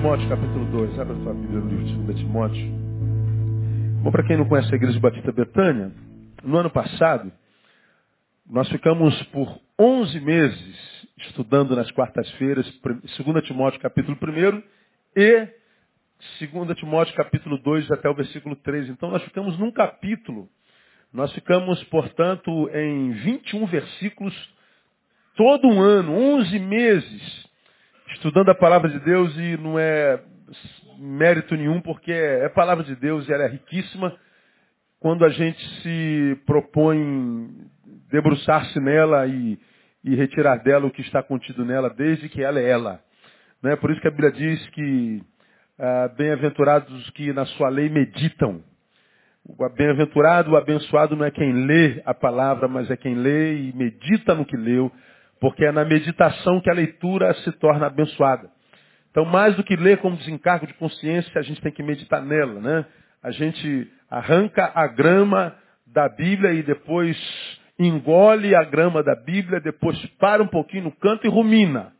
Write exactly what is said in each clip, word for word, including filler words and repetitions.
Timóteo, capítulo dois. Abra a sua Bíblia no livro de segunda Timóteo. Bom, para quem não conhece a Igreja Batista Betânia, no ano passado, nós ficamos por onze meses estudando nas quartas-feiras segunda Timóteo, capítulo um e segunda Timóteo, capítulo dois, até o versículo três. Então, nós ficamos num capítulo. Nós ficamos, portanto, em vinte e um versículos todo um ano, onze meses, estudando a palavra de Deus, e não é mérito nenhum, porque é palavra de Deus e ela é riquíssima quando a gente se propõe debruçar-se nela e, e retirar dela o que está contido nela, desde que ela é ela. Não é por isso que a Bíblia diz que ah, bem-aventurados os que na sua lei meditam. O bem-aventurado, o abençoado não é quem lê a palavra, mas é quem lê e medita no que leu, porque é na meditação que a leitura se torna abençoada. Então, mais do que ler como desencargo de consciência, a gente tem que meditar nela, né? A gente arranca a grama da Bíblia e depois engole a grama da Bíblia, depois para um pouquinho no canto e rumina.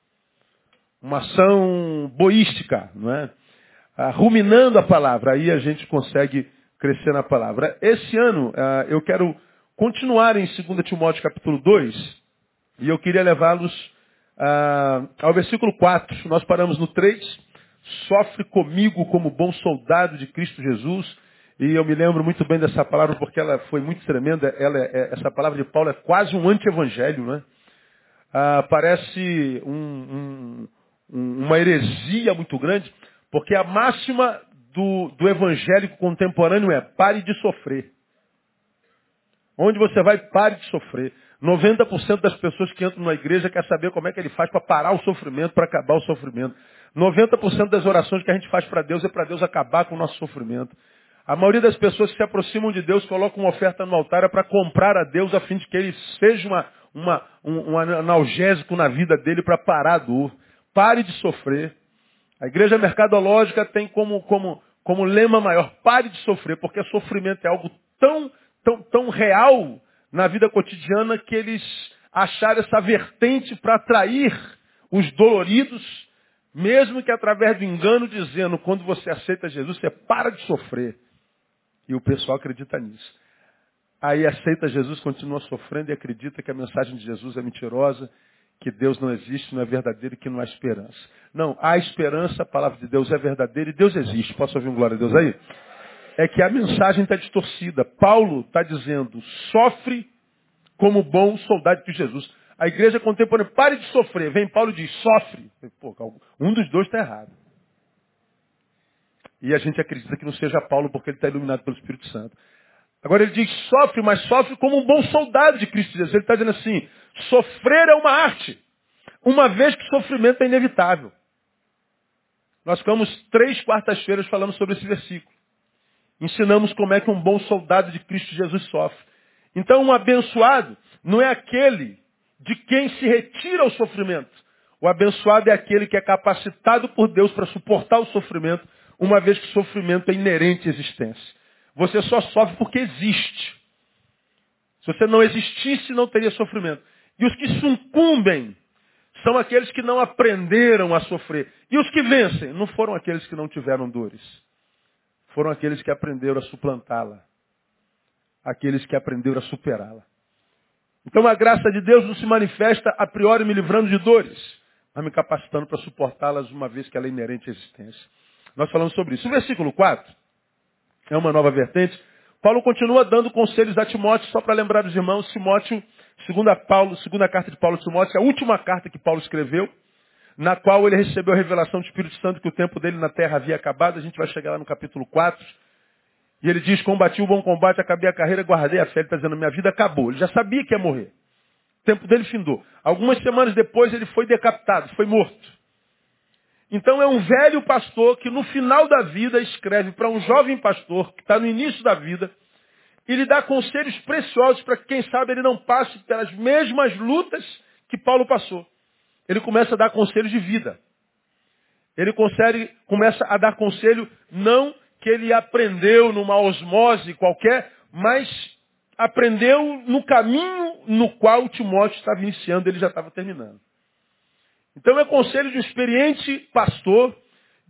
Uma ação boística, não é? Ah, ruminando a palavra, aí a gente consegue crescer na palavra. Esse ano, ah, eu quero continuar em segunda Timóteo capítulo dois, e eu queria levá-los ah, ao versículo quatro. Nós paramos no três. Sofre comigo como bom soldado de Cristo Jesus. E eu me lembro muito bem dessa palavra porque ela foi muito tremenda. Ela é, essa palavra de Paulo é quase um anti-evangelho, né? Ah, parece um, um, uma heresia muito grande, porque a máxima do, do evangélico contemporâneo é: pare de sofrer. Onde você vai, pare de sofrer. noventa por cento das pessoas que entram na igreja quer saber como é que ele faz para parar o sofrimento, para acabar o sofrimento. noventa por cento das orações que a gente faz para Deus é para Deus acabar com o nosso sofrimento. A maioria das pessoas que se aproximam de Deus colocam uma oferta no altar é para comprar a Deus a fim de que ele seja uma, uma, um, um analgésico na vida dele para parar a dor. Pare de sofrer. A igreja mercadológica tem como, como, como lema maior: pare de sofrer, porque sofrimento é algo tão, tão, tão real na vida cotidiana que eles acharam essa vertente para atrair os doloridos, mesmo que através do engano, dizendo: quando você aceita Jesus, você para de sofrer. E o pessoal acredita nisso. Aí aceita Jesus, continua sofrendo e acredita que a mensagem de Jesus é mentirosa, que Deus não existe, não é verdadeiro e que não há esperança. Não, há esperança, a palavra de Deus é verdadeira e Deus existe. Posso ouvir um glória a Deus aí? É que a mensagem está distorcida. Paulo está dizendo: sofre como bom soldado de Jesus. A igreja contemporânea: pare de sofrer. Vem Paulo e diz: sofre. Pô, um dos dois está errado. E a gente acredita que não seja Paulo porque ele está iluminado pelo Espírito Santo. Agora ele diz: sofre, mas sofre como um bom soldado de Cristo Jesus. Ele está dizendo assim: sofrer é uma arte, uma vez que o sofrimento é inevitável. Nós ficamos três quartas-feiras falando sobre esse versículo. Ensinamos como é que um bom soldado de Cristo Jesus sofre. Então, um abençoado não é aquele de quem se retira o sofrimento. O abençoado é aquele que é capacitado por Deus para suportar o sofrimento, uma vez que o sofrimento é inerente à existência. Você só sofre porque existe. Se você não existisse, não teria sofrimento. E os que sucumbem são aqueles que não aprenderam a sofrer. E os que vencem não foram aqueles que não tiveram dores. Foram aqueles que aprenderam a suplantá-la. Aqueles que aprenderam a superá-la. Então a graça de Deus não se manifesta a priori me livrando de dores, mas me capacitando para suportá-las uma vez que ela é inerente à existência. Nós falamos sobre isso. O versículo quatro é uma nova vertente. Paulo continua dando conselhos a Timóteo, só para lembrar os irmãos. Timóteo, segunda, Paulo, segunda carta de Paulo a Timóteo, é a última carta que Paulo escreveu, na qual ele recebeu a revelação do Espírito Santo que o tempo dele na terra havia acabado. A gente vai chegar lá no capítulo quatro. E ele diz: combati o bom combate, acabei a carreira, guardei a fé. Ele está dizendo: minha vida acabou. Ele já sabia que ia morrer. O tempo dele findou. Algumas semanas depois ele foi decapitado, foi morto. Então é um velho pastor que no final da vida escreve para um jovem pastor que está no início da vida e lhe dá conselhos preciosos para que, quem sabe, ele não passe pelas mesmas lutas que Paulo passou. Ele começa a dar conselhos de vida. Ele consegue, começa a dar conselho não que ele aprendeu numa osmose qualquer, mas aprendeu no caminho no qual Timóteo estava iniciando, ele já estava terminando. Então é conselho de um experiente pastor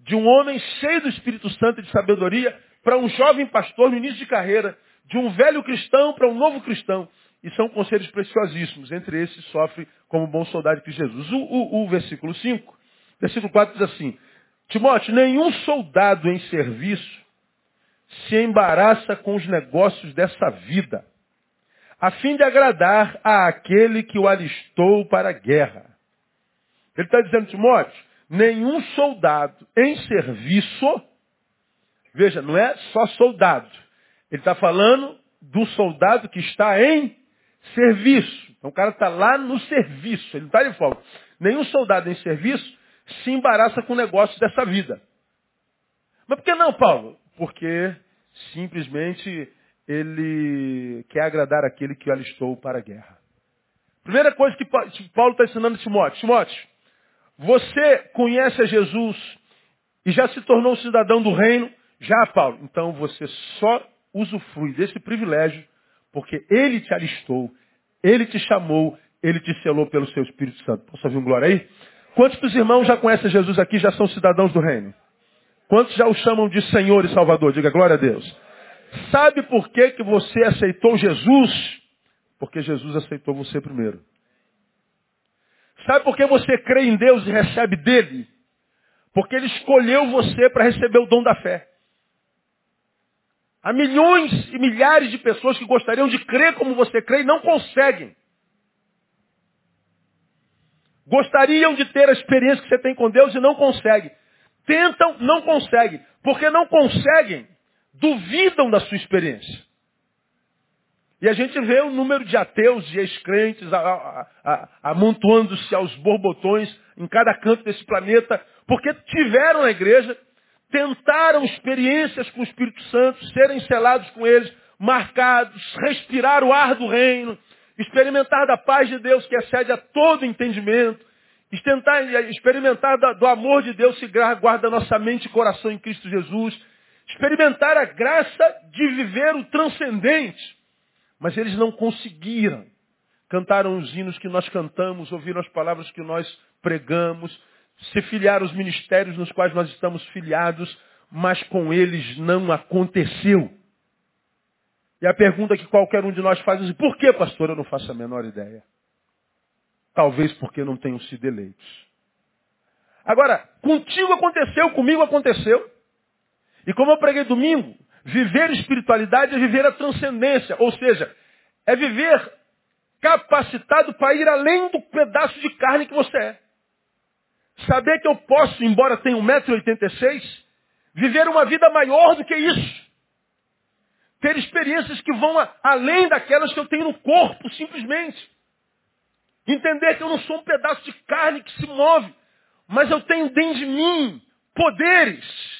de um homem cheio do Espírito Santo e de sabedoria para um jovem pastor no início de carreira, de um velho cristão para um novo cristão. E são conselhos preciosíssimos. Entre esses, sofre como bom soldado de Jesus. O, o, o versículo cinco, versículo quatro diz assim: Timóteo, nenhum soldado em serviço se embaraça com os negócios dessa vida, a fim de agradar a aquele que o alistou para a guerra. Ele está dizendo, Timóteo, nenhum soldado em serviço, veja, não é só soldado. Ele está falando do soldado que está em serviço. Então o cara está lá no serviço, ele não está de folga. Nenhum soldado em serviço se embaraça com o negócio dessa vida. Mas por que não, Paulo? Porque simplesmente ele quer agradar aquele que o alistou para a guerra. Primeira coisa que Paulo está ensinando a Timóteo. Timóteo, você conhece a Jesus e já se tornou cidadão do reino? Já, Paulo. Então você só usufrui desse privilégio porque ele te alistou, ele te chamou, ele te selou pelo seu Espírito Santo. Posso ouvir um glória aí? Quantos dos irmãos já conhecem Jesus aqui, já são cidadãos do reino? Quantos já o chamam de Senhor e Salvador? Diga glória a Deus. Sabe por que, que você aceitou Jesus? Porque Jesus aceitou você primeiro. Sabe por que você crê em Deus e recebe dele? Porque ele escolheu você para receber o dom da fé. Há milhões e milhares de pessoas que gostariam de crer como você crê e não conseguem. Gostariam de ter a experiência que você tem com Deus e não conseguem. Tentam, não conseguem. Porque não conseguem, duvidam da sua experiência. E a gente vê o número de ateus e ex-crentes amontoando-se aos borbotões em cada canto desse planeta, porque tiveram na igreja, tentaram experiências com o Espírito Santo, serem selados com eles, marcados, respirar o ar do reino, experimentar da paz de Deus que excede a todo entendimento, tentar experimentar do amor de Deus que guarda nossa mente e coração em Cristo Jesus, experimentar a graça de viver o transcendente. Mas eles não conseguiram. Cantaram os hinos que nós cantamos, ouviram as palavras que nós pregamos, se filiaram aos ministérios nos quais nós estamos filiados, mas com eles não aconteceu. E a pergunta que qualquer um de nós faz é: por que, pastor? Eu não faço a menor ideia. Talvez porque não tenham sido eleitos. Agora, contigo aconteceu, comigo aconteceu. E como eu preguei domingo, viver espiritualidade é viver a transcendência. Ou seja, é viver capacitado para ir além do pedaço de carne que você é. Saber que eu posso, embora tenha um metro e oitenta e seis, viver uma vida maior do que isso. Ter experiências que vão a, além daquelas que eu tenho no corpo, simplesmente. Entender que eu não sou um pedaço de carne que se move, mas eu tenho dentro de mim poderes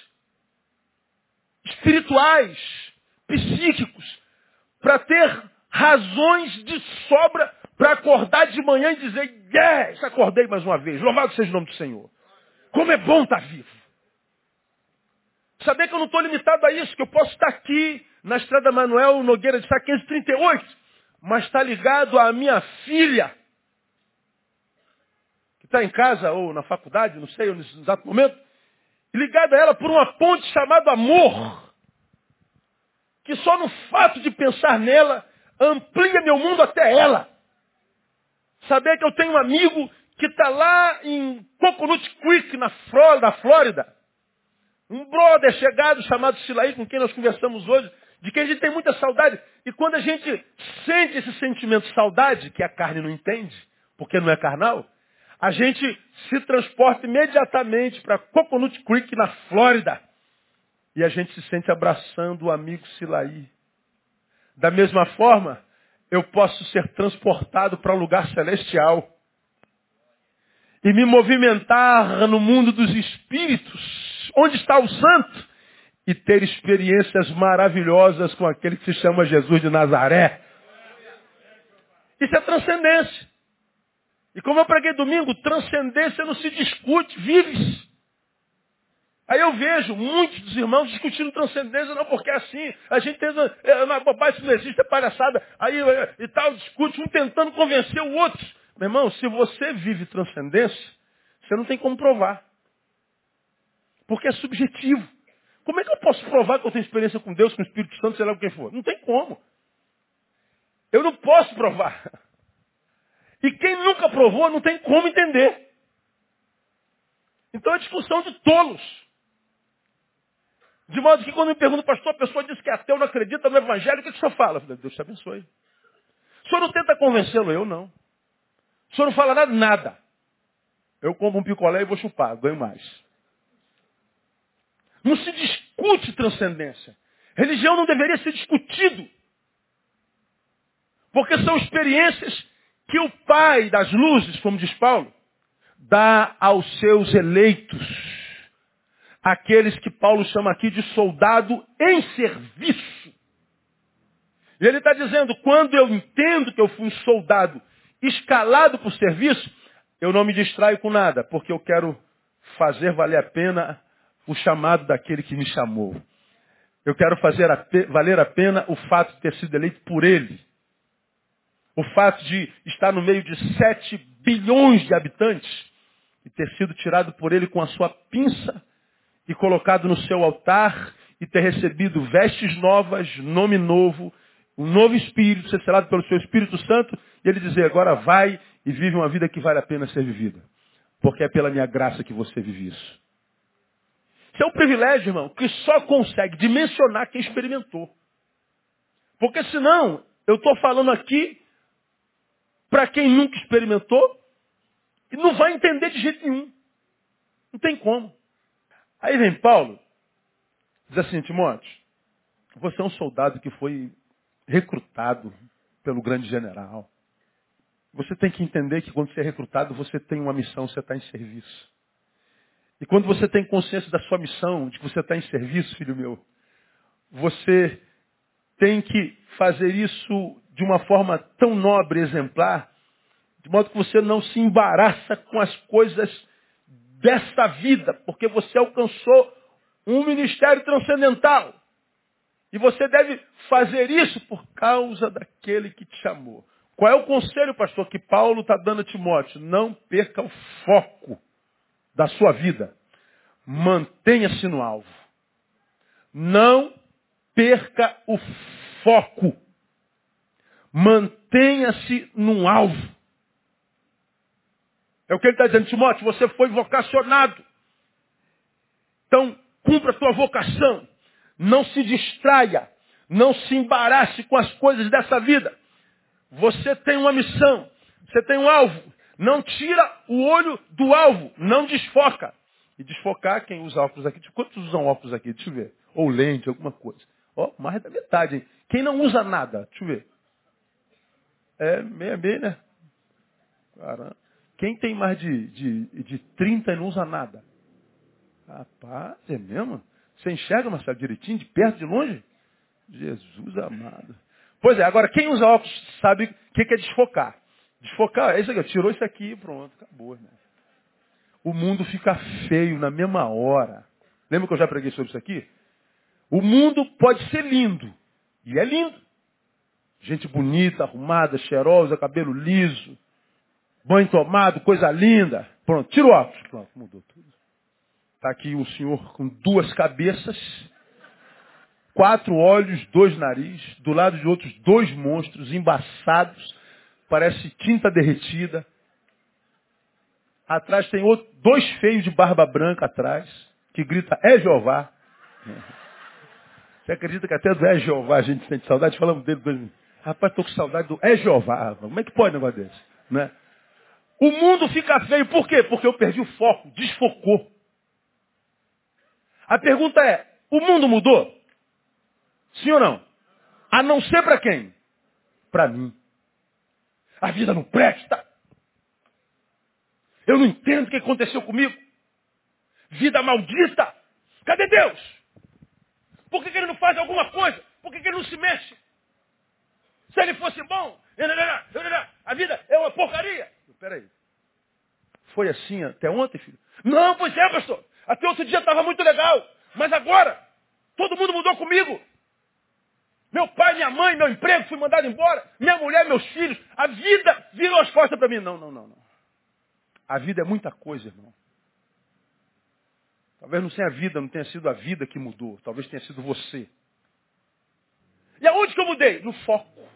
espirituais, psíquicos, para ter razões de sobra para acordar de manhã e dizer: yes, acordei mais uma vez, louvado seja o nome do Senhor. Como é bom estar vivo. Saber que eu não estou limitado a isso, que eu posso estar aqui na Estrada Manuel Nogueira de Sá quinhentos e trinta e oito, mas está ligado à minha filha, que está em casa ou na faculdade, não sei, nesse exato momento, ligado a ela por uma ponte chamada amor, que só no fato de pensar nela amplia meu mundo até ela. Saber que eu tenho um amigo que está lá em Coconut Creek, na Flórida, um brother chegado chamado Silaí, com quem nós conversamos hoje, de quem a gente tem muita saudade. E quando a gente sente esse sentimento de saudade, que a carne não entende, porque não é carnal, a gente se transporta imediatamente para Coconut Creek, na Flórida. E a gente se sente abraçando o amigo Silaí. Da mesma forma, eu posso ser transportado para um lugar celestial e me movimentar no mundo dos espíritos, onde está o santo, e ter experiências maravilhosas com aquele que se chama Jesus de Nazaré. Isso é transcendência. E como eu preguei domingo, transcendência não se discute, vive-se. Aí eu vejo muitos dos irmãos discutindo transcendência, não, porque é assim, a gente tem uma bobagem, isso não existe, é palhaçada, aí e tal, discute, um tentando convencer o outro. Meu irmão, se você vive transcendência, você não tem como provar. Porque é subjetivo. Como é que eu posso provar que eu tenho experiência com Deus, com o Espírito Santo, sei lá o que for? Não tem como. Eu não posso provar. E quem nunca provou não tem como entender. Então é discussão de tolos. De modo que quando me pergunta, pastor, a pessoa diz que é ateu, não acredita no evangelho, o que, que o senhor fala? Eu falei, Deus te abençoe. O senhor não tenta convencê-lo? Eu não. O senhor não fala nada? Nada. Eu como um picolé e vou chupar, ganho mais. Não se discute transcendência. Religião não deveria ser discutido. Porque são experiências que o Pai das luzes, como diz Paulo, dá aos seus eleitos. Aqueles que Paulo chama aqui de soldado em serviço. E ele está dizendo, quando eu entendo que eu fui um soldado escalado por serviço, eu não me distraio com nada, porque eu quero fazer valer a pena o chamado daquele que me chamou. Eu quero fazer a pe- valer a pena o fato de ter sido eleito por ele. O fato de estar no meio de sete bilhões de habitantes e ter sido tirado por ele com a sua pinça e colocado no seu altar e ter recebido vestes novas, nome novo, um novo espírito, ser selado pelo seu Espírito Santo, e ele dizer, agora vai e vive uma vida que vale a pena ser vivida. Porque é pela minha graça que você vive isso. Isso é um privilégio, irmão, que só consegue dimensionar quem experimentou. Porque senão, eu estou falando aqui para quem nunca experimentou e não vai entender de jeito nenhum. Não tem como. Aí vem Paulo, diz assim, Timóteo, você é um soldado que foi recrutado pelo grande general. Você tem que entender que quando você é recrutado, você tem uma missão, você está em serviço. E quando você tem consciência da sua missão, de que você está em serviço, filho meu, você tem que fazer isso de uma forma tão nobre e exemplar, de modo que você não se embaraça com as coisas desta vida, porque você alcançou um ministério transcendental. E você deve fazer isso por causa daquele que te chamou. Qual é o conselho, pastor, que Paulo está dando a Timóteo? Não perca o foco da sua vida. Mantenha-se no alvo. Não perca o foco. Mantenha-se num alvo. É o que ele está dizendo, Timóteo, você foi vocacionado. Então, cumpra a tua vocação. Não se distraia. Não se embarace com as coisas dessa vida. Você tem uma missão. Você tem um alvo. Não tira o olho do alvo. Não desfoca. E desfocar, quem usa óculos aqui? Quantos usam óculos aqui? Deixa eu ver. Ou lente, alguma coisa. Ó, oh, mais da metade, hein? Quem não usa nada? Deixa eu ver. É meia meia, né? Caramba. Quem tem mais de, de, de trinta e não usa nada? Rapaz, é mesmo? Você enxerga, Marcelo, direitinho, de perto, de longe? Jesus amado. Pois é, agora quem usa óculos sabe o que é desfocar. Desfocar é isso aqui, tirou isso aqui e pronto, acabou, irmão. O mundo fica feio na mesma hora. Lembra que eu já preguei sobre isso aqui? O mundo pode ser lindo. E é lindo. Gente bonita, arrumada, cheirosa, cabelo liso, banho tomado, coisa linda. Pronto, tira o óculos. Pronto, mudou tudo. Está aqui um senhor com duas cabeças, quatro olhos, dois narizes, do lado de outros dois monstros embaçados, parece tinta derretida. Atrás tem outro, dois feios de barba branca atrás, que grita, é Jeová. Você acredita que até do é Jeová a gente sente saudade? Falamos dele dois minutos. Rapaz, estou com saudade do é Jeová. Como é que pode um negócio desse? Né? O mundo fica feio, por quê? Porque eu perdi o foco, desfocou. A pergunta é, o mundo mudou? Sim ou não? A não ser para quem? Para mim. A vida não presta. Eu não entendo o que aconteceu comigo. Vida maldita. Cadê Deus? Por que, que ele não faz alguma coisa? Por que, que ele não se mexe? Se ele fosse bom, a vida é uma porcaria. Peraí. Foi assim até ontem, filho? Não, pois é, pastor. Até outro dia estava muito legal. Mas agora, todo mundo mudou comigo. Meu pai, minha mãe, meu emprego, fui mandado embora. Minha mulher, meus filhos. A vida virou as costas para mim. Não, não, não, não. A vida é muita coisa, irmão. Talvez não tenha a vida, não tenha sido a vida que mudou. Talvez tenha sido você. E aonde que eu mudei? No foco.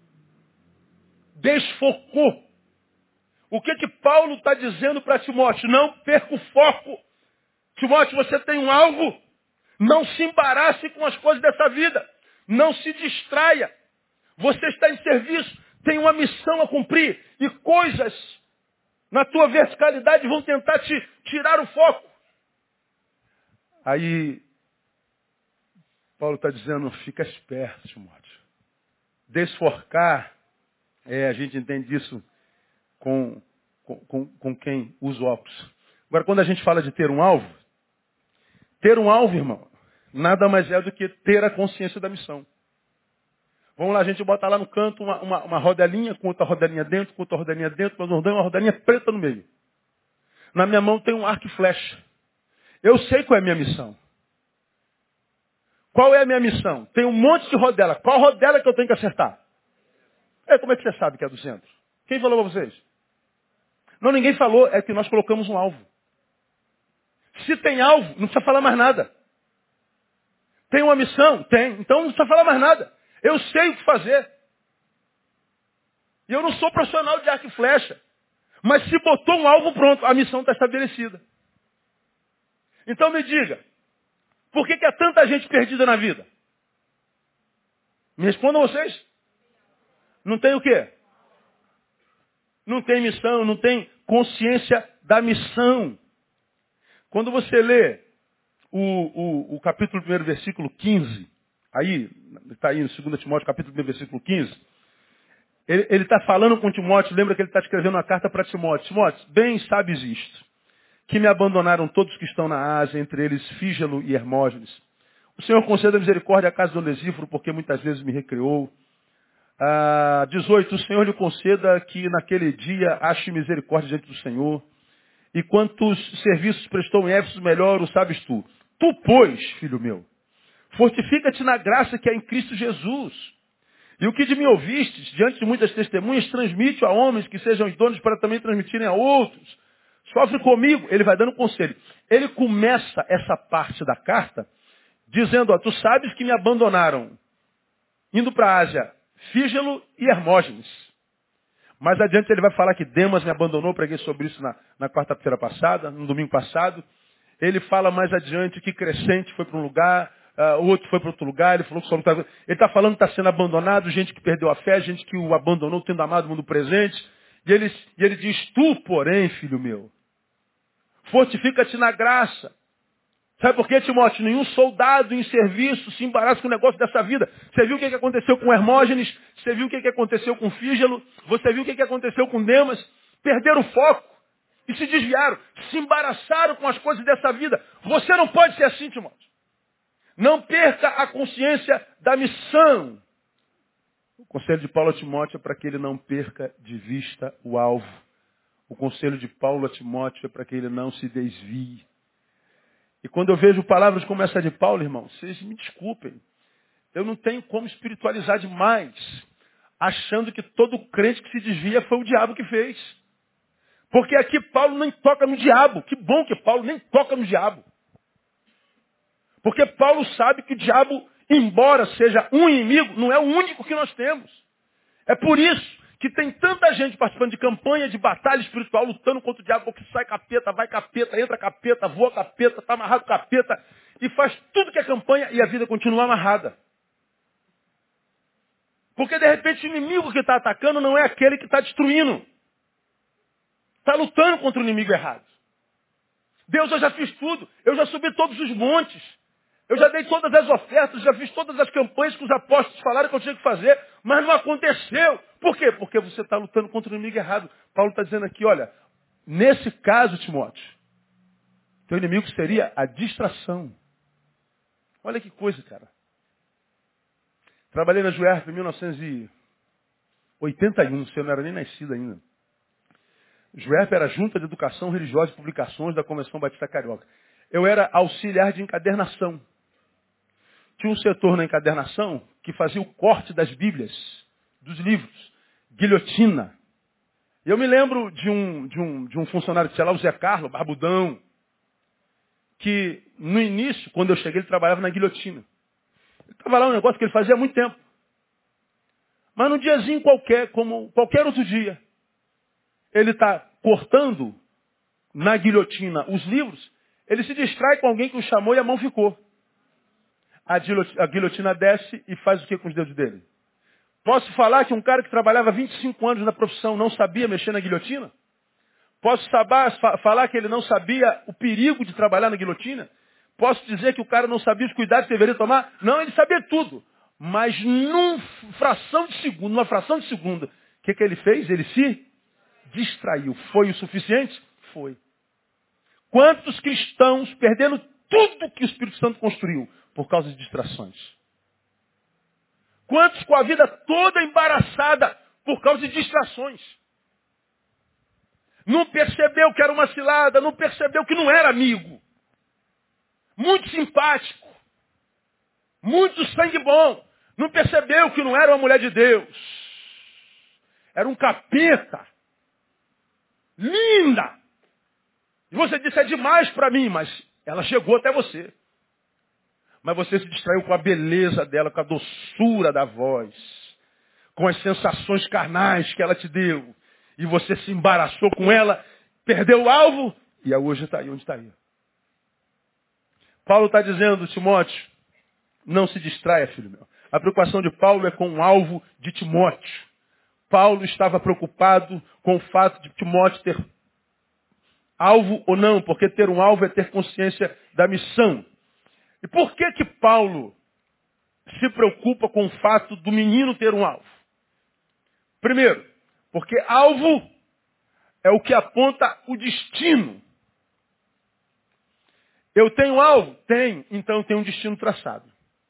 Desfocou. O que que Paulo está dizendo para Timóteo? Não perca o foco. Timóteo, você tem um alvo. Não se embarace com as coisas dessa vida. Não se distraia. Você está em serviço. Tem uma missão a cumprir. E coisas na tua verticalidade vão tentar te tirar o foco. Aí, Paulo está dizendo, fica esperto, Timóteo. Desforcar, é, a gente entende isso com, com, com, com quem usa óculos. Agora, quando a gente fala de ter um alvo, ter um alvo, irmão, nada mais é do que ter a consciência da missão. Vamos lá, a gente bota lá no canto uma, uma, uma rodelinha, com outra rodelinha dentro, com outra rodelinha dentro, mas uma rodelinha preta no meio. Na minha mão tem um arco e flecha. Eu sei qual é a minha missão. Qual é a minha missão? Tem um monte de rodela. Qual rodela que eu tenho que acertar? É, como é que você sabe que é do centro? Quem falou para vocês? Não, ninguém falou, é que nós colocamos um alvo. Se tem alvo, não precisa falar mais nada. Tem uma missão? Tem. Então não precisa falar mais nada. Eu sei o que fazer. E eu não sou profissional de arco e flecha. Mas se botou um alvo, pronto, a missão está estabelecida. Então me diga, por que, que há tanta gente perdida na vida? Me respondam vocês. Não tem o quê? Não tem missão, não tem consciência da missão. Quando você lê o, o, o capítulo um, versículo quinze, aí, está aí no segundo Timóteo, capítulo um, versículo quinze, ele está falando com Timóteo, lembra que ele está escrevendo uma carta para Timóteo. Timóteo, bem sabes isto, que me abandonaram todos que estão na Ásia, entre eles Fígelo e Hermógenes. O Senhor conceda misericórdia à casa do Onesíforo, porque muitas vezes me recriou. Ah, dezoito, o Senhor lhe conceda que naquele dia ache misericórdia diante do Senhor. E quantos serviços prestou em Éfeso, melhor o sabes tu. Tu, pois, filho meu, fortifica-te na graça que há em Cristo Jesus. E o que de mim ouvistes, diante de muitas testemunhas, transmite a homens que sejam idôneos para também transmitirem a outros. Sofre comigo, ele vai dando conselho. Ele começa essa parte da carta dizendo, ó, tu sabes que me abandonaram, indo para a Ásia, Fígelo e Hermógenes. Mais adiante ele vai falar que Demas me abandonou, preguei sobre isso na, na quarta-feira passada, no domingo passado. Ele fala mais adiante que Crescente foi para um lugar, uh, o outro foi para outro lugar, ele falou que só não estava... Ele está falando que está sendo abandonado, gente que perdeu a fé, gente que o abandonou, tendo amado o mundo presente. E ele, e ele diz, tu, porém, filho meu, fortifica-te na graça. Sabe por quê, Timóteo? Nenhum soldado em serviço se embaraça com o negócio dessa vida. Você viu o que aconteceu com Hermógenes? Você viu o que aconteceu com Fígelo? Você viu o que aconteceu com Demas? Perderam o foco e se desviaram. Se embaraçaram com as coisas dessa vida. Você não pode ser assim, Timóteo. Não perca a consciência da missão. O conselho de Paulo a Timóteo é para que ele não perca de vista o alvo. O conselho de Paulo a Timóteo é para que ele não se desvie. E quando eu vejo palavras como essa de Paulo, irmão, vocês me desculpem. Eu não tenho como espiritualizar demais, achando que todo crente que se desvia foi o diabo que fez. Porque aqui Paulo nem toca no diabo. Que bom que Paulo nem toca no diabo. Porque Paulo sabe que o diabo, embora seja um inimigo, não é o único que nós temos. É por isso que tem tanta gente participando de campanha, de batalha espiritual, lutando contra o diabo, porque sai capeta, vai capeta, entra capeta, voa capeta, está amarrado capeta, e faz tudo que é campanha e a vida continua amarrada. Porque de repente o inimigo que está atacando não é aquele que está destruindo. Está lutando contra o inimigo errado. Deus, eu já fiz tudo, eu já subi todos os montes. Eu já dei todas as ofertas, já fiz todas as campanhas que os apóstolos falaram que eu tinha que fazer, mas não aconteceu. Por quê? Porque você está lutando contra o inimigo errado. Paulo está dizendo aqui, olha, nesse caso, Timóteo, teu inimigo seria a distração. Olha que coisa, cara. Trabalhei na Juerp em mil novecentos e oitenta e um, você não era nem nascido ainda. Juerp era a Junta de Educação Religiosa e Publicações da Convenção Batista Carioca. Eu era auxiliar de encadernação. Tinha um setor na encadernação que fazia o corte das Bíblias, dos livros, guilhotina. Eu me lembro de um, de um, de um funcionário que tinha lá, o Zé Carlos, barbudão, que no início, quando eu cheguei, ele trabalhava na guilhotina. Ele estava lá um negócio que ele fazia há muito tempo. Mas num diazinho qualquer, como qualquer outro dia, ele está cortando na guilhotina os livros, ele se distrai com alguém que o chamou e a mão ficou. A guilhotina, a guilhotina desce e faz o que com os dedos dele? Posso falar que um cara que trabalhava vinte e cinco anos na profissão não sabia mexer na guilhotina? Posso saber, falar que ele não sabia o perigo de trabalhar na guilhotina? Posso dizer que o cara não sabia os cuidados que deveria tomar? Não, ele sabia tudo. Mas numa fração de segundo, numa fração de segundo, o que, que ele fez? Ele se distraiu. Foi o suficiente? Foi. Quantos cristãos perderam tudo que o Espírito Santo construiu por causa de distrações? Quantos com a vida toda embaraçada por causa de distrações? Não percebeu que era uma cilada, não percebeu que não era amigo. Muito simpático. Muito sangue bom. Não percebeu que não era uma mulher de Deus. Era um capeta. Linda. E você disse, é demais para mim, mas ela chegou até você. Mas você se distraiu com a beleza dela, com a doçura da voz, com as sensações carnais que ela te deu. E você se embaraçou com ela, perdeu o alvo, e hoje está aí onde está aí. Paulo está dizendo, Timóteo, não se distraia, filho meu. A preocupação de Paulo é com o alvo de Timóteo. Paulo estava preocupado com o fato de Timóteo ter alvo ou não, porque ter um alvo é ter consciência da missão. E por que que Paulo se preocupa com o fato do menino ter um alvo? Primeiro, porque alvo é o que aponta o destino. Eu tenho alvo? Tenho. Então eu tenho um destino traçado.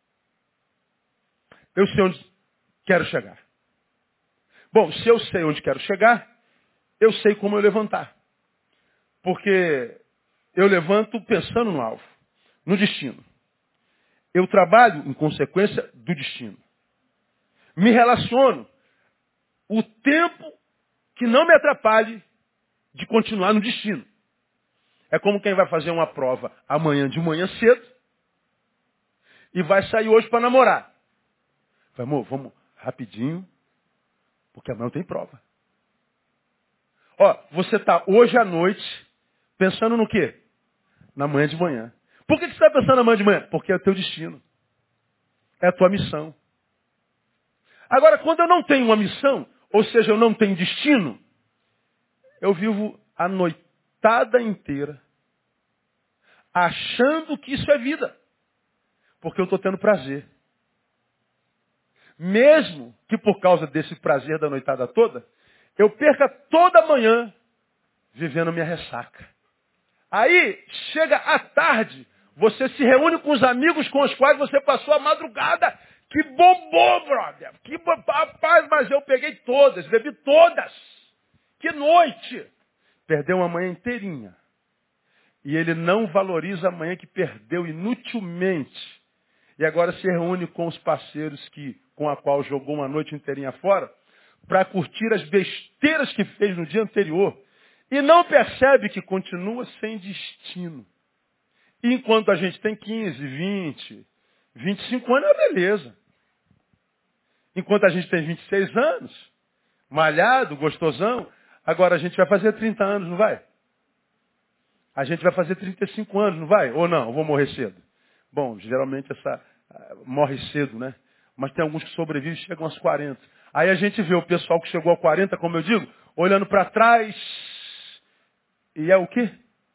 Eu sei onde quero chegar. Bom, se eu sei onde quero chegar, eu sei como eu levantar. Porque eu levanto pensando no alvo, no destino. Eu trabalho em consequência do destino. Me relaciono o tempo que não me atrapalhe de continuar no destino. É como quem vai fazer uma prova amanhã de manhã cedo e vai sair hoje para namorar. Vai, amor, vamos rapidinho, porque amanhã tem prova. Ó, você está hoje à noite pensando no quê? Na manhã de manhã. Por que você está pensando na manhã de manhã? Porque é o teu destino. É a tua missão. Agora, quando eu não tenho uma missão, ou seja, eu não tenho destino, eu vivo a noitada inteira achando que isso é vida. Porque eu estou tendo prazer. Mesmo que por causa desse prazer da noitada toda, eu perca toda a manhã vivendo minha ressaca. Aí, chega à tarde, você se reúne com os amigos com os quais você passou a madrugada. Que bombou, brother. Que bo... Rapaz, mas eu peguei todas, bebi todas. Que noite. Perdeu uma manhã inteirinha. E ele não valoriza a manhã que perdeu inutilmente. E agora se reúne com os parceiros que, com a qual jogou uma noite inteirinha fora, para curtir as besteiras que fez no dia anterior. E não percebe que continua sem destino. E enquanto a gente tem quinze, vinte, vinte e cinco anos, é beleza. Enquanto a gente tem vinte e seis anos, malhado, gostosão, agora a gente vai fazer trinta anos, não vai? A gente vai fazer trinta e cinco anos, não vai? Ou não? Eu vou morrer cedo. Bom, geralmente essa uh, morre cedo, né? Mas tem alguns que sobrevivem e chegam aos quarenta. Aí a gente vê o pessoal que chegou a quarenta, como eu digo, olhando para trás. E é o quê?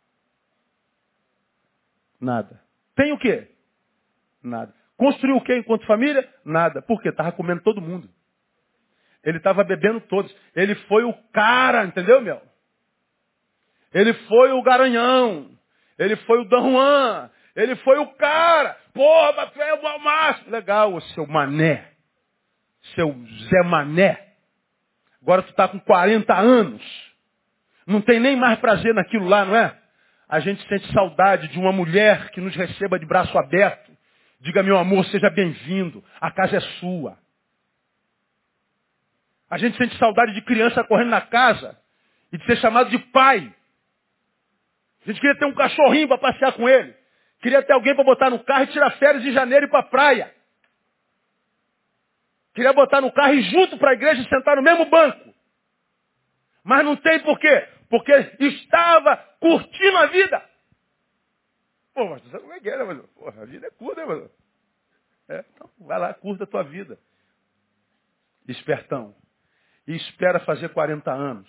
Nada. Tem o quê? Nada. Construiu o quê enquanto família? Nada. Por quê? Estava comendo todo mundo. Ele estava bebendo todos. Ele foi o cara, entendeu, meu? Ele foi o garanhão. Ele foi o Dom Juan. Ele foi o cara. Porra, mas tu é o Balmaço. Legal, o seu mané. Seu Zé Mané. Agora tu está com quarenta anos. Não tem nem mais prazer naquilo lá, não é? A gente sente saudade de uma mulher que nos receba de braço aberto. Diga, meu amor, seja bem-vindo. A casa é sua. A gente sente saudade de criança correndo na casa e de ser chamado de pai. A gente queria ter um cachorrinho para passear com ele. Queria ter alguém para botar no carro e tirar férias em janeiro e ir para a praia. Queria botar no carro e ir junto para a igreja e sentar no mesmo banco. Mas não tem por quê? Porque estava curtindo a vida. Pô, mas você sabe como é que é, né, mas, porra, a vida é curta, né, mas, é, então, vai lá, curta a tua vida. Espertão. E espera fazer quarenta anos.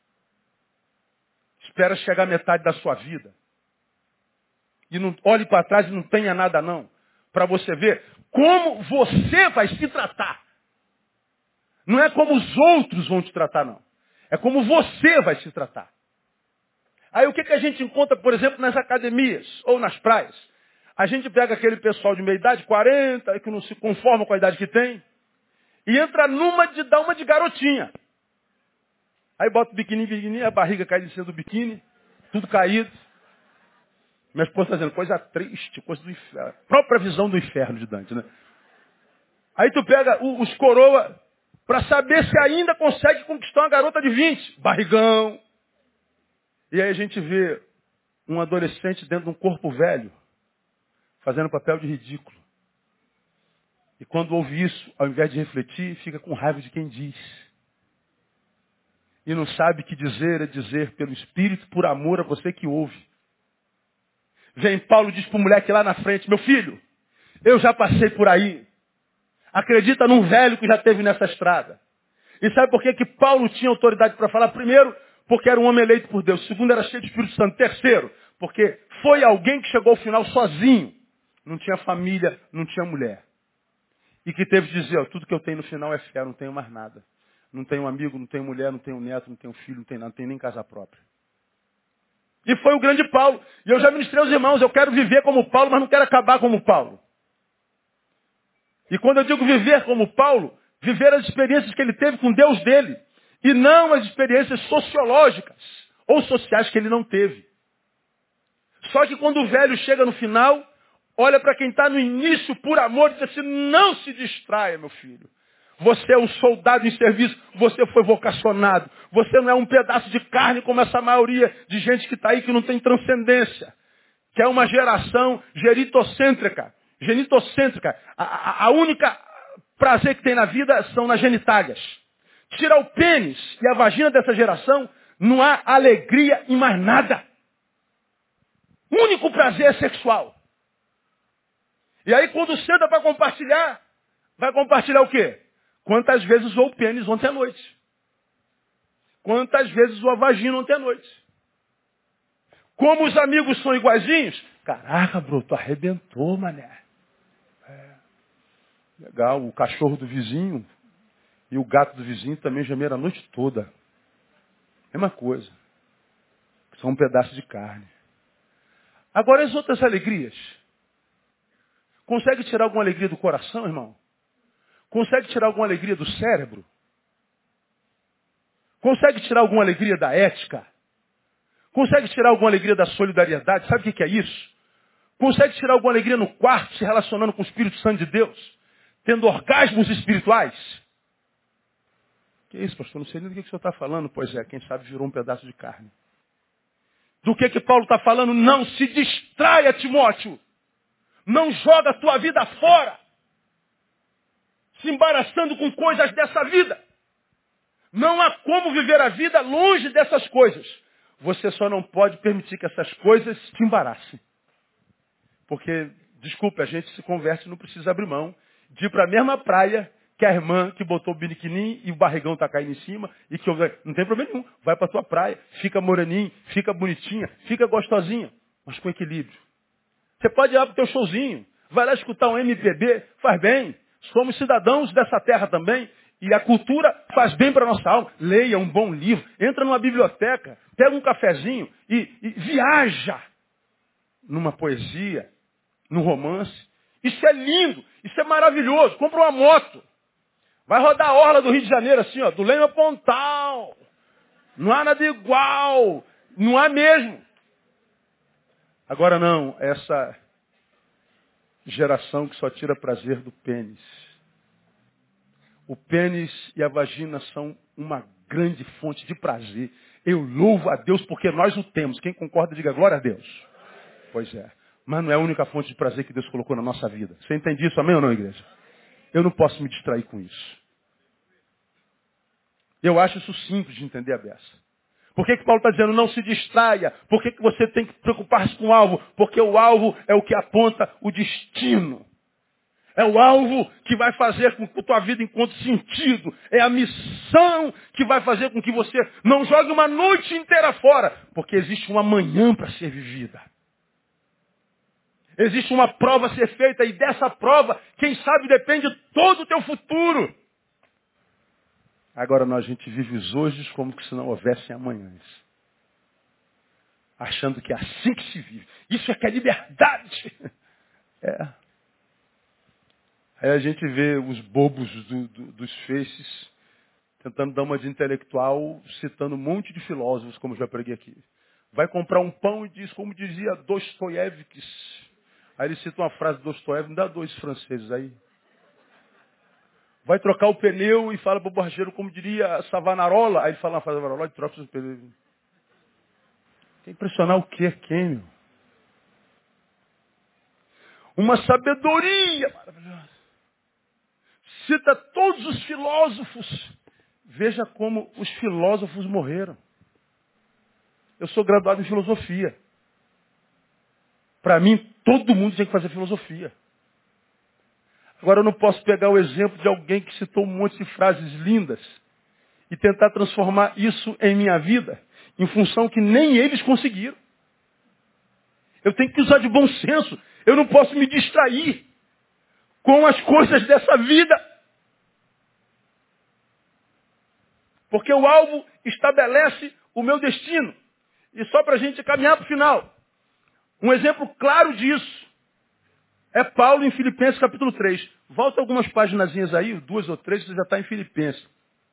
Espera chegar à metade da sua vida. E não olhe para trás e não tenha nada não. Para você ver como você vai se tratar. Não é como os outros vão te tratar, não. É como você vai se tratar. Aí o que, que a gente encontra, por exemplo, nas academias ou nas praias? A gente pega aquele pessoal de meia idade, quarenta, que não se conforma com a idade que tem, e entra numa de dar uma de garotinha. Aí bota o biquíni, biquíni, a barriga cai de cima do biquíni, tudo caído. Minha esposa está dizendo, coisa triste, coisa do inferno. Própria visão do inferno de Dante, né? Aí tu pega o, os coroa para saber se ainda consegue conquistar uma garota de vinte. Barrigão. E aí a gente vê um adolescente dentro de um corpo velho, fazendo papel de ridículo. E quando ouve isso, ao invés de refletir, fica com raiva de quem diz. E não sabe que dizer é dizer pelo Espírito, por amor a você que ouve. Vem Paulo e diz para o moleque lá na frente, meu filho, eu já passei por aí. Acredita num velho que já esteve nessa estrada. E sabe por que, que Paulo tinha autoridade para falar? Primeiro, porque era um homem eleito por Deus. Segundo, era cheio de Espírito Santo. Terceiro, porque foi alguém que chegou ao final sozinho. Não tinha família, não tinha mulher. E que teve que dizer, ó, tudo que eu tenho no final é fé, não tenho mais nada. Não tenho amigo, não tenho mulher, não tenho neto, não tenho filho, não tenho nada, não tenho nem casa própria. E foi o grande Paulo. E eu já ministrei aos irmãos, eu quero viver como Paulo, mas não quero acabar como Paulo. E quando eu digo viver como Paulo, viver as experiências que ele teve com Deus dele. E não as experiências sociológicas ou sociais que ele não teve. Só que quando o velho chega no final, olha para quem está no início por amor e diz assim, não se distraia, meu filho. Você é um soldado em serviço, você foi vocacionado. Você não é um pedaço de carne como essa maioria de gente que está aí que não tem transcendência. Que é uma geração geritocêntrica. Genitocêntrica. A, a, a única prazer que tem na vida são nas genitálias. Tira o pênis e a vagina dessa geração, não há alegria em mais nada. O único prazer é sexual. E aí quando senta para compartilhar, vai compartilhar o quê? Quantas vezes usou o pênis ontem à noite? Quantas vezes usou a vagina ontem à noite? Como os amigos são iguaizinhos? Caraca, bro, tu arrebentou, mané. É, legal, o cachorro do vizinho e o gato do vizinho também gemeram a noite toda. Mesma coisa. São um pedaço de carne. Agora as outras alegrias. Consegue tirar alguma alegria do coração, irmão? Consegue tirar alguma alegria do cérebro? Consegue tirar alguma alegria da ética? Consegue tirar alguma alegria da solidariedade? Sabe o que é isso? Consegue tirar alguma alegria no quarto, se relacionando com o Espírito Santo de Deus? Tendo orgasmos espirituais? Que isso, pastor? Não sei nem do que o senhor está falando. Pois é, quem sabe virou um pedaço de carne. Do que que Paulo está falando? Não se distraia, Timóteo. Não joga a tua vida fora. Se embaraçando com coisas dessa vida. Não há como viver a vida longe dessas coisas. Você só não pode permitir que essas coisas te embaraçem. Porque, desculpe, a gente se converte e não precisa abrir mão de ir para a mesma praia que a irmã que botou o biquininho e o barrigão está caindo em cima e que eu... não tem problema nenhum. Vai para a tua praia, fica moreninho, fica bonitinha, fica gostosinha, mas com equilíbrio. Você pode ir lá para o teu showzinho, vai lá escutar um M P B, faz bem. Somos cidadãos dessa terra também. E a cultura faz bem para a nossa alma. Leia um bom livro, entra numa biblioteca, pega um cafezinho e, e viaja numa poesia, num romance. Isso é lindo, isso é maravilhoso. Compra uma moto. Vai rodar a orla do Rio de Janeiro assim, ó, do Leme ao Pontal. Não há nada igual. Não há mesmo. Agora não, essa geração que só tira prazer do pênis. O pênis e a vagina são uma grande fonte de prazer. Eu louvo a Deus porque nós o temos. Quem concorda, diga glória a Deus. Pois é. Mas não é a única fonte de prazer que Deus colocou na nossa vida. Você entende isso, amém ou não, igreja? Eu não posso me distrair com isso. Eu acho isso simples de entender a beça. Por que que Paulo está dizendo não se distraia? Por que que você tem que preocupar-se com o alvo? Porque o alvo é o que aponta o destino. É o alvo que vai fazer com que a tua vida encontre sentido. É a missão que vai fazer com que você não jogue uma noite inteira fora. Porque existe uma manhã para ser vivida. Existe uma prova a ser feita e dessa prova, quem sabe, depende todo o teu futuro. Agora, nós, a gente vive os hoje como se não houvessem amanhãs. Achando que é assim que se vive. Isso é que é liberdade. É. Aí a gente vê os bobos do, do, dos faces tentando dar uma de intelectual, citando um monte de filósofos, como eu já preguei aqui. Vai comprar um pão e diz, como dizia Dostoiévski. Aí ele cita uma frase do Dostoiévski, me dá dois franceses aí. Vai trocar o pneu e fala para o borracheiro, como diria Savonarola. Aí ele fala na frase Savonarola e troca o pneu. Quer impressionar o quê? Quem, meu? Uma sabedoria maravilhosa. Cita todos os filósofos. Veja como os filósofos morreram. Eu sou graduado em filosofia. Para mim, todo mundo tem que fazer filosofia. Agora, eu não posso pegar o exemplo de alguém que citou um monte de frases lindas e tentar transformar isso em minha vida, em função que nem eles conseguiram. Eu tenho que usar de bom senso. Eu não posso me distrair com as coisas dessa vida. Porque o alvo estabelece o meu destino. E só para a gente caminhar para o final. Um exemplo claro disso é Paulo em Filipenses capítulo três. Volta algumas paginazinhas aí, duas ou três, você já está em Filipenses.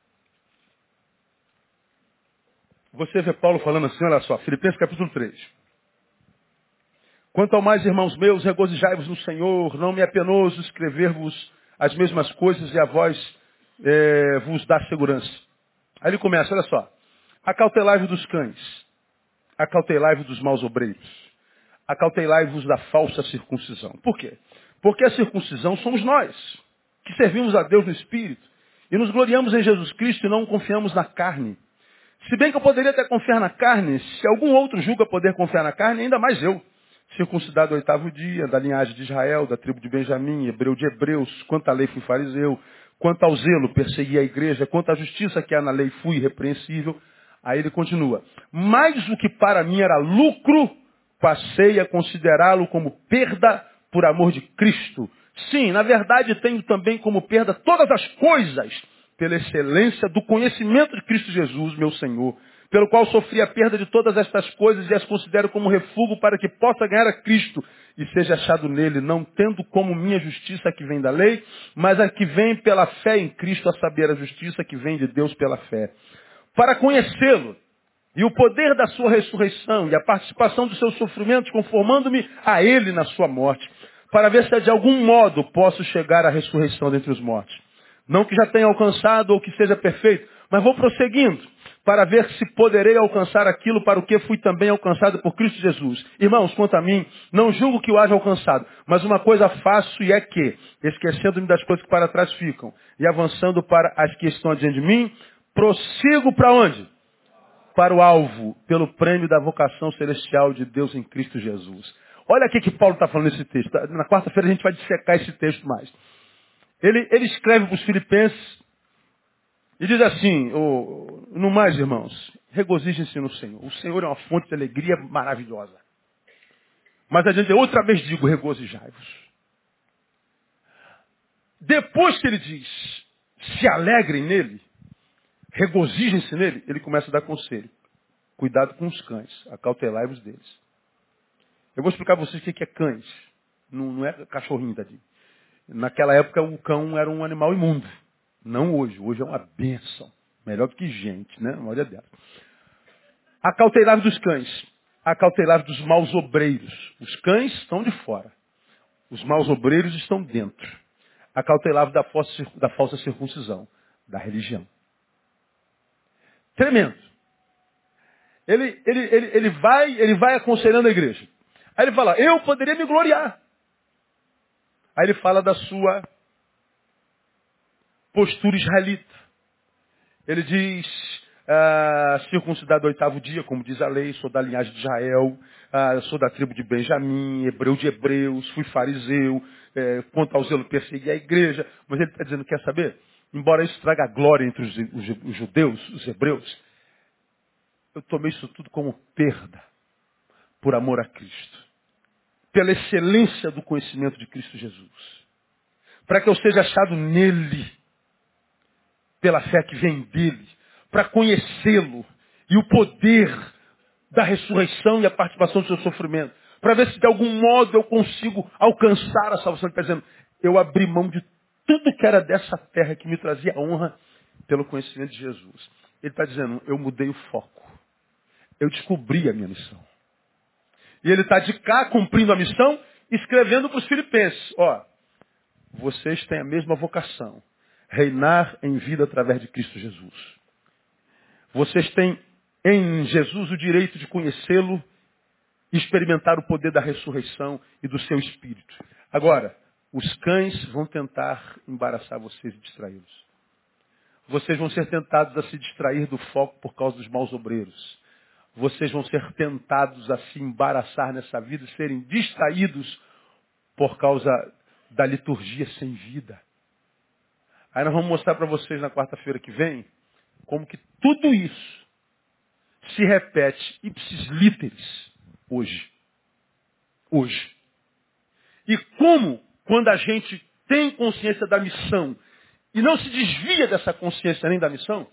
Você vê Paulo falando assim, olha só, Filipenses capítulo três. Quanto ao mais, irmãos meus, regozijai-vos no Senhor, não me é penoso escrever-vos as mesmas coisas e a vós é, vos dá segurança. Aí ele começa, olha só. Acautelai-vos dos cães, acautelai-vos dos maus obreiros, acautelai-vos da falsa circuncisão. Por quê? Porque a circuncisão somos nós, que servimos a Deus no Espírito, e nos gloriamos em Jesus Cristo e não confiamos na carne. Se bem que eu poderia até confiar na carne, se algum outro julga poder confiar na carne, ainda mais eu. Circuncidado ao oitavo dia, da linhagem de Israel, da tribo de Benjamim, hebreu de hebreus, quanto à lei fui fariseu, quanto ao zelo persegui a igreja, quanto à justiça que há na lei fui irrepreensível. Aí ele continua. Mas o que para mim era lucro, passei a considerá-lo como perda por amor de Cristo. Sim, na verdade tenho também como perda todas as coisas, pela excelência do conhecimento de Cristo Jesus, meu Senhor, pelo qual sofri a perda de todas estas coisas e as considero como refúgio para que possa ganhar a Cristo e seja achado nele, não tendo como minha justiça a que vem da lei, mas a que vem pela fé em Cristo, a saber, a justiça que vem de Deus pela fé. Para conhecê-lo e o poder da sua ressurreição e a participação dos seus sofrimentos, conformando-me a ele na sua morte, para ver se de algum modo posso chegar à ressurreição dentre os mortos. Não que já tenha alcançado ou que seja perfeito, mas vou prosseguindo, para ver se poderei alcançar aquilo para o que fui também alcançado por Cristo Jesus. Irmãos, quanto a mim, não julgo que o haja alcançado, mas uma coisa faço e é que, esquecendo-me das coisas que para trás ficam, e avançando para as que estão adiante de mim, prossigo para onde? Para o alvo, pelo prêmio da vocação celestial de Deus em Cristo Jesus. Olha aqui que Paulo está falando nesse texto. Na quarta-feira a gente vai dissecar esse texto mais. Ele, ele escreve para os filipenses e diz assim, oh, no mais, irmãos, regozijem-se no Senhor. O Senhor é uma fonte de alegria maravilhosa. Mas a gente outra vez digo, regozijai-vos. Depois que ele diz, se alegrem nele, regozijem-se nele, ele começa a dar conselho. Cuidado com os cães, acautelai-vos deles. Eu vou explicar para vocês o que é cães. Não, não é cachorrinho, tadinho. Naquela época o cão era um animal imundo. Não hoje. Hoje é uma bênção. Melhor do que gente, né? Uma olha dela. Acautelai-vos dos cães. Acautelai-vos dos maus obreiros. Os cães estão de fora. Os maus obreiros estão dentro. Acautelai-vos da falsa, da falsa circuncisão. Da religião. Tremendo. Ele, ele, ele, ele, vai, ele vai aconselhando a igreja. Aí ele fala, eu poderia me gloriar. Aí ele fala da sua postura israelita. Ele diz, ah, circuncidado ao oitavo dia, como diz a lei, sou da linhagem de Israel, ah, sou da tribo de Benjamim, hebreu de hebreus, fui fariseu, eh, quanto ao zelo persegui a igreja. Mas ele está dizendo, quer saber? Embora isso traga glória entre os, os, os judeus, os hebreus, eu tomei isso tudo como perda, por amor a Cristo. Pela excelência do conhecimento de Cristo Jesus. Para que eu seja achado nele, pela fé que vem dele, para conhecê-lo e o poder da ressurreição e a participação do seu sofrimento. Para ver se de algum modo eu consigo alcançar a salvação. Ele está dizendo, eu abri mão de tudo que era dessa terra que me trazia honra pelo conhecimento de Jesus. Ele está dizendo, eu mudei o foco. Eu descobri a minha missão. E ele está de cá cumprindo a missão, escrevendo para os filipenses. Ó, vocês têm a mesma vocação. Reinar em vida através de Cristo Jesus. Vocês têm em Jesus o direito de conhecê-lo e experimentar o poder da ressurreição e do seu Espírito. Agora, os cães vão tentar embaraçar vocês e distraí-los. Vocês vão ser tentados a se distrair do foco por causa dos maus obreiros. Vocês vão ser tentados a se embaraçar nessa vida e serem distraídos por causa da liturgia sem vida. Aí nós vamos mostrar para vocês na quarta-feira que vem como que tudo isso se repete ipsis literis hoje. Hoje. E como, quando a gente tem consciência da missão e não se desvia dessa consciência nem da missão,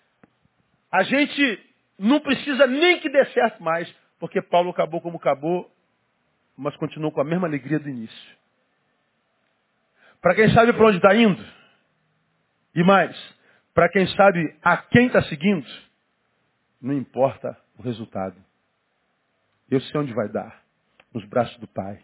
a gente não precisa nem que dê certo mais, porque Paulo acabou como acabou, mas continuou com a mesma alegria do início. Para quem sabe para onde está indo, e mais, para quem sabe a quem está seguindo, não importa o resultado. Eu sei onde vai dar, nos braços do Pai.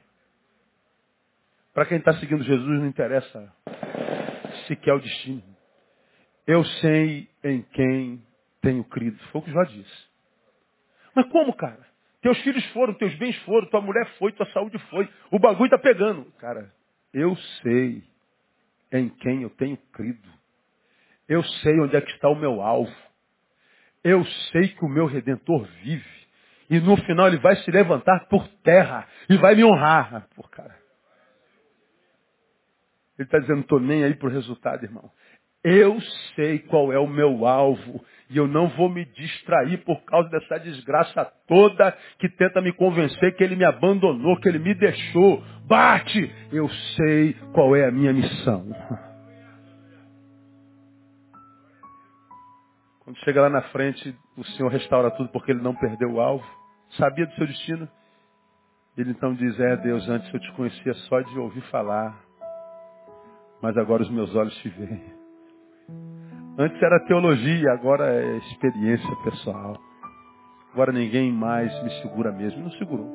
Para quem está seguindo Jesus, não interessa sequer o destino. Eu sei em quem tenho crido. Foi o que Jó disse. Mas como, cara? Teus filhos foram, teus bens foram, tua mulher foi, tua saúde foi. O bagulho está pegando. Cara, eu sei em quem eu tenho crido. Eu sei onde é que está o meu alvo. Eu sei que o meu Redentor vive. E no final ele vai se levantar por terra e vai me honrar. Pô, cara. Ele está dizendo, não estou nem aí para o resultado, irmão. Eu sei qual é o meu alvo. E eu não vou me distrair por causa dessa desgraça toda que tenta me convencer que ele me abandonou, que ele me deixou. Bate! Eu sei qual é a minha missão. Quando chega lá na frente, o Senhor restaura tudo porque ele não perdeu o alvo. Sabia do seu destino? Ele então diz, é Deus, antes eu te conhecia só de ouvir falar. Mas agora os meus olhos te veem. Antes era teologia, agora é experiência pessoal. Agora ninguém mais me segura mesmo. Não segurou.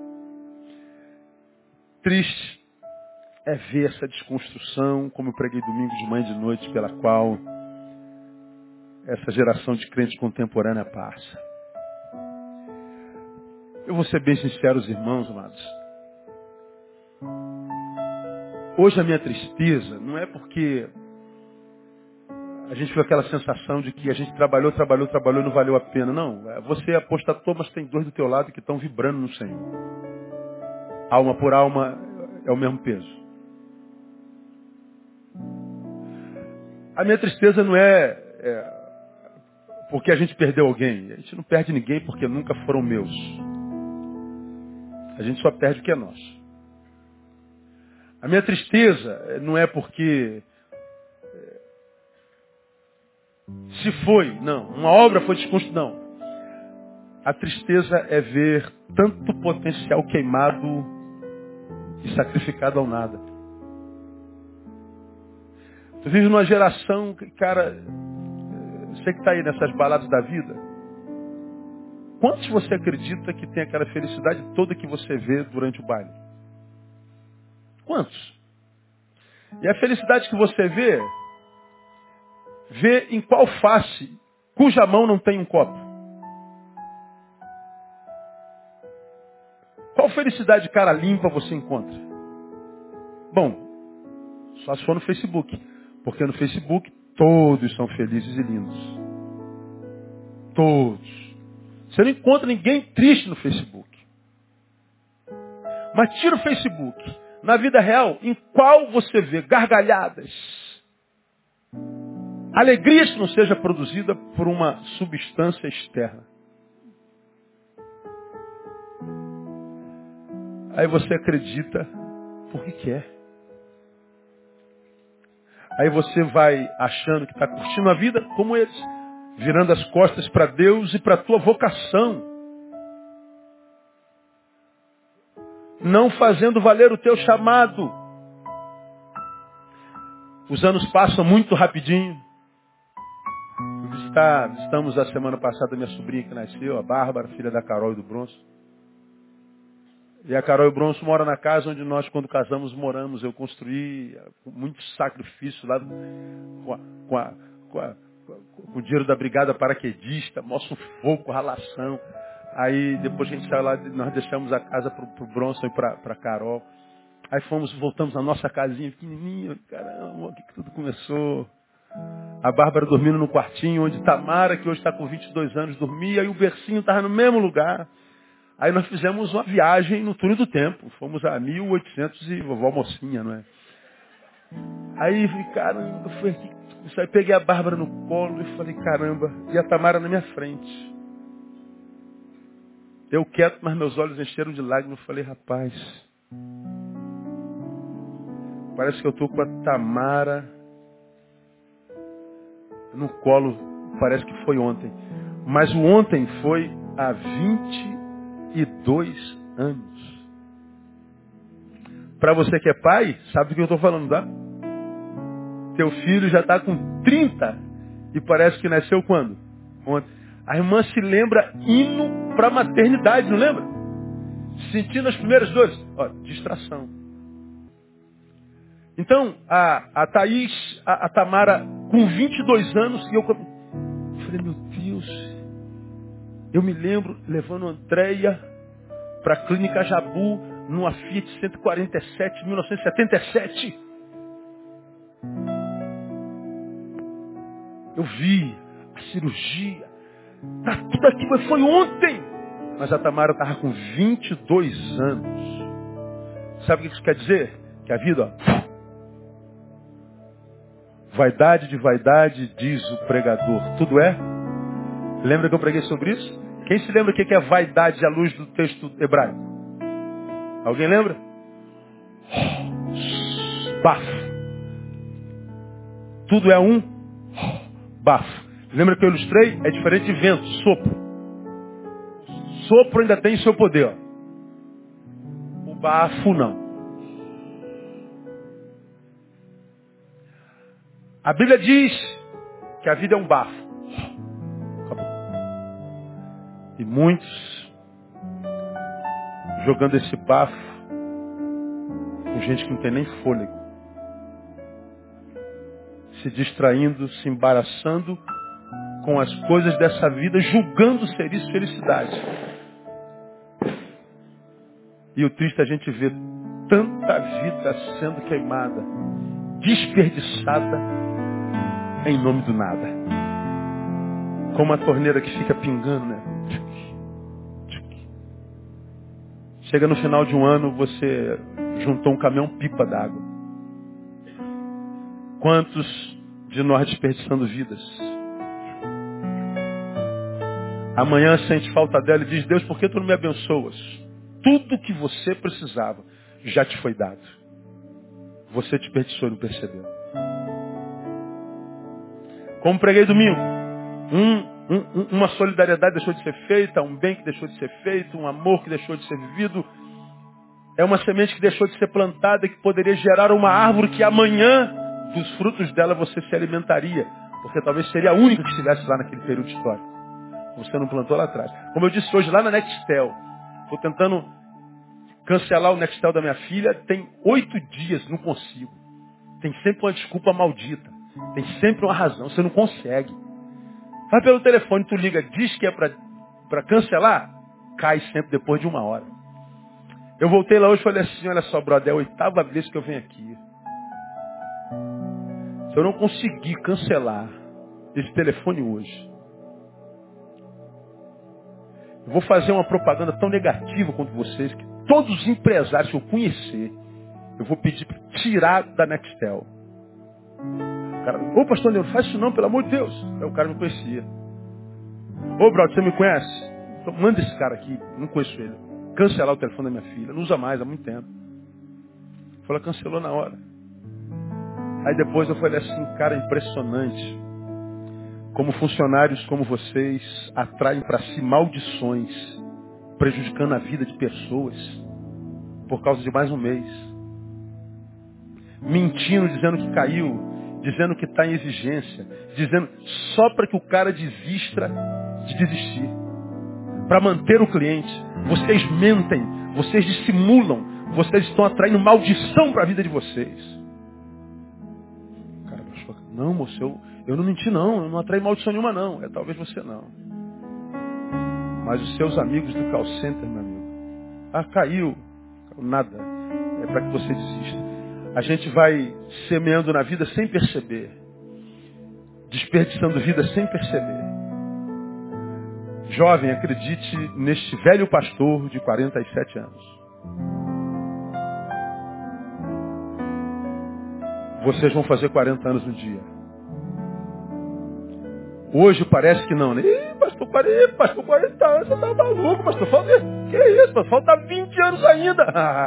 Triste é ver essa desconstrução, como eu preguei domingo de manhã e de noite, pela qual essa geração de crentes contemporânea passa. Eu vou ser bem sincero, os irmãos, amados. Hoje a minha tristeza não é porque a gente viu aquela sensação de que a gente trabalhou, trabalhou, trabalhou e não valeu a pena. Não, você apostatou, mas tem dois do teu lado que estão vibrando no Senhor. Alma por alma é o mesmo peso. A minha tristeza não é, é porque a gente perdeu alguém. A gente não perde ninguém porque nunca foram meus. A gente só perde o que é nosso. A minha tristeza não é porque se foi, não. Uma obra foi desconstruída, não. A tristeza é ver tanto potencial queimado e sacrificado ao nada. Tu vive numa geração que, cara, você que está aí nessas baladas da vida, quantos você acredita que tem aquela felicidade toda que você vê durante o baile? Quantos? E a felicidade que você vê, vê em qual face, cuja mão não tem um copo. Qual Qual felicidade de cara limpa você encontra? Bom, só se for no Facebook. Porque no Facebook todos são felizes e lindos. Todos. Você não encontra ninguém triste no Facebook. Mas tira o Facebook. Na vida real, em qual você vê gargalhadas, alegria que não seja produzida por uma substância externa. Aí você acredita porque quer. Aí você vai achando que está curtindo a vida como eles, virando as costas para Deus e para a tua vocação. Não fazendo valer o teu chamado. Os anos passam muito rapidinho. Visitar, visitamos a semana passada a minha sobrinha que nasceu, a Bárbara, filha da Carol e do Bronson. E a Carol e o Bronson moram na casa onde nós, quando casamos, moramos. Eu construí com muito sacrifício lá com, a, com, a, com, a, com o dinheiro da brigada paraquedista, mó sufoco, ralação. Aí depois que a gente saiu lá, nós deixamos a casa para o Bronson e para a Carol. Aí fomos, voltamos à nossa casinha pequenininha. Caramba, aqui que tudo começou. A Bárbara dormindo no quartinho onde Tamara, que hoje está com vinte e dois anos, dormia. E o bercinho estava no mesmo lugar. Aí nós fizemos uma viagem no túnel do tempo. Fomos a mil e oitocentos e vovó mocinha, não é? Aí, caramba, eu fui aqui. Aí peguei a Bárbara no colo e falei, caramba. E a Tamara na minha frente. Eu quieto, mas meus olhos encheram de lágrimas. Eu falei, rapaz, parece que eu estou com a Tamara no colo. Parece que foi ontem. Mas o ontem foi há vinte e dois anos. Para você que é pai, sabe do que eu estou falando, tá? Teu filho já está com trinta e parece que nasceu quando? Ontem. A irmã se lembra indo para a maternidade, não lembra? Sentindo as primeiras dores. Ó, distração. Então, a, a Thaís, a, a Tamara, com vinte e dois anos, e eu falei, meu Deus, eu me lembro levando a Andréia para a Clínica Jabu, numa Fiat cento e quarenta e sete, mil novecentos e setenta e sete. Eu vi a cirurgia. Tá tudo aqui, mas foi ontem. Mas a Tamara estava com vinte e dois anos. Sabe o que isso quer dizer? Que a vida, ó, vaidade de vaidade, diz o pregador. Tudo é? Lembra que eu preguei sobre isso? Quem se lembra o que é vaidade à luz do texto hebraico? Alguém lembra? Bafo. Tudo é um bafo. Lembra que eu ilustrei? É diferente de vento, sopro. Sopro ainda tem seu poder. Ó. O bafo não. A Bíblia diz que a vida é um bafo. Acabou. E muitos jogando esse bafo com gente que não tem nem fôlego. Se distraindo, se embaraçando com as coisas dessa vida, julgando ser isso felicidade. E o triste é a gente ver tanta vida sendo queimada, desperdiçada, em nome do nada. Como a torneira que fica pingando, né? Chega no final de um ano, você juntou um caminhão-pipa d'água. Quantos de nós desperdiçando vidas? Amanhã sente falta dela e diz, Deus, por que tu não me abençoas? Tudo que você precisava já te foi dado. Você desperdiçou e não percebeu. Como preguei domingo, um, um, uma solidariedade deixou de ser feita, um bem que deixou de ser feito, um amor que deixou de ser vivido. É uma semente que deixou de ser plantada e que poderia gerar uma árvore que amanhã, dos frutos dela, você se alimentaria. Porque talvez seria a única que estivesse lá naquele período histórico. Você não plantou lá atrás. Como eu disse hoje, lá na Nextel, estou tentando cancelar o Nextel da minha filha, tem oito dias, não consigo. Tem sempre uma desculpa maldita. Tem sempre uma razão, você não consegue. Vai pelo telefone, tu liga, diz que é para cancelar, cai sempre depois de uma hora. Eu voltei lá hoje e falei assim, olha só, brother, é a oitava vez que eu venho aqui. Se eu não conseguir cancelar esse telefone hoje, eu vou fazer uma propaganda tão negativa contra vocês que todos os empresários que eu conhecer, eu vou pedir para tirar da Nextel. O cara, ô pastor Leandro, faz isso não, pelo amor de Deus. Aí o cara me conhecia. Ô brother, você me conhece? Então, manda esse cara aqui, não conheço ele. Cancelar o telefone da minha filha, não usa mais há muito tempo. Ela cancelou na hora. Aí depois eu falei assim, cara, impressionante. Como funcionários como vocês atraem para si maldições, prejudicando a vida de pessoas por causa de mais um mês. Mentindo, dizendo que caiu, dizendo que está em exigência, dizendo só para que o cara desista de desistir. Para manter o cliente. Vocês mentem, vocês dissimulam, vocês estão atraindo maldição para a vida de vocês. O cara achou, não, moço, eu, eu não menti não, eu não atraí maldição nenhuma não. É, talvez você não. Mas os seus amigos do call center, meu amigo, ah, caiu. Nada. É para que você desista. A gente vai semeando na vida sem perceber. Desperdiçando vida sem perceber. Jovem, acredite neste velho pastor de quarenta e sete anos. Vocês vão fazer quarenta anos no dia. Hoje parece que não, né? Ih, pastor, quarenta, pastor, quarenta anos, você tá maluco, pastor, falta, que isso, pastor, falta vinte anos ainda.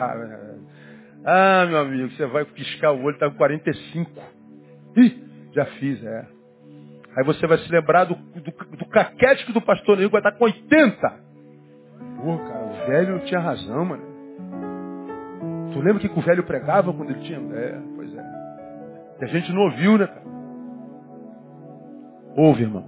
Ah, meu amigo, você vai piscar o olho, tá com quarenta e cinco. Ih, já fiz, é. Aí você vai se lembrar do, do, do caquético do pastor Neil, que vai estar com oitenta. Pô, cara, o velho tinha razão, mano. Tu lembra o que, que o velho pregava quando ele tinha? É, pois é. E a gente não ouviu, né, cara? Ouve, irmão.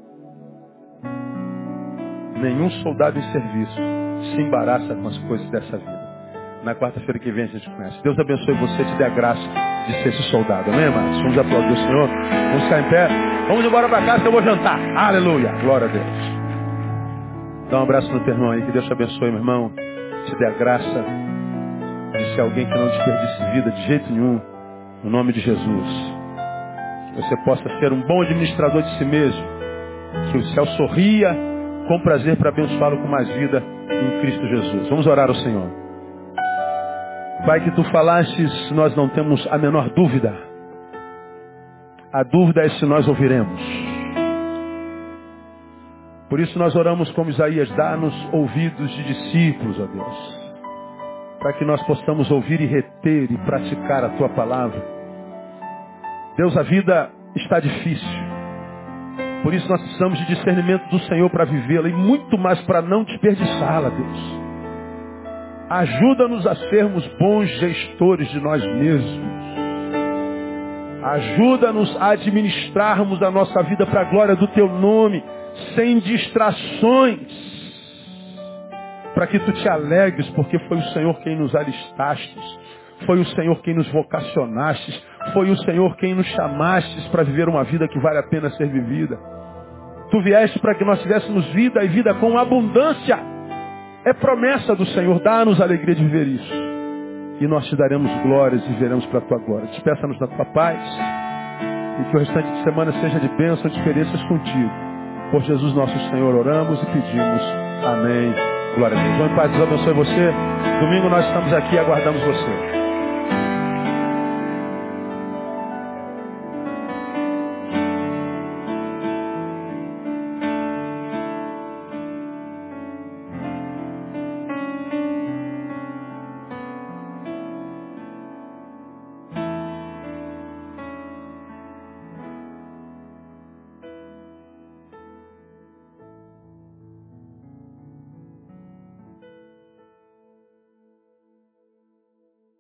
Nenhum soldado em serviço se embaraça com as coisas dessa vida. Na quarta-feira que vem a gente conhece. Deus abençoe você e te dê a graça de ser esse soldado. Amém, amados? Vamos aplaudir o Senhor. Vamos ficar em pé. Vamos embora para casa que eu vou jantar. Aleluia. Glória a Deus. Dá um abraço no teu irmão aí. Que Deus te abençoe, meu irmão. Te dê a graça de ser alguém que não desperdice vida de jeito nenhum. No nome de Jesus. Que você possa ser um bom administrador de si mesmo. Que o céu sorria com prazer para abençoá-lo com mais vida em Cristo Jesus. Vamos orar ao Senhor. Pai, que tu falastes, nós não temos a menor dúvida. A dúvida é se nós ouviremos. Por isso nós oramos como Isaías, dá-nos ouvidos de discípulos, ó Deus. Para que nós possamos ouvir e reter e praticar a tua palavra. Deus, a vida está difícil. Por isso nós precisamos de discernimento do Senhor para vivê-la e muito mais para não desperdiçá-la, Deus. Ajuda-nos a sermos bons gestores de nós mesmos. Ajuda-nos a administrarmos a nossa vida para a glória do teu nome, sem distrações. Para que tu te alegres, porque foi o Senhor quem nos alistastes. Foi o Senhor quem nos vocacionastes. Foi o Senhor quem nos chamastes para viver uma vida que vale a pena ser vivida. Tu vieste para que nós tivéssemos vida e vida com abundância. É promessa do Senhor, dá-nos a alegria de viver isso. E nós te daremos glórias e viveremos para a tua glória. Despeça-nos da tua paz. E que o restante de semana seja de bênção, de experiências contigo. Por Jesus nosso Senhor oramos e pedimos. Amém. Glória a Deus. Bom, Pai, Deus abençoe você. Domingo nós estamos aqui e aguardamos você.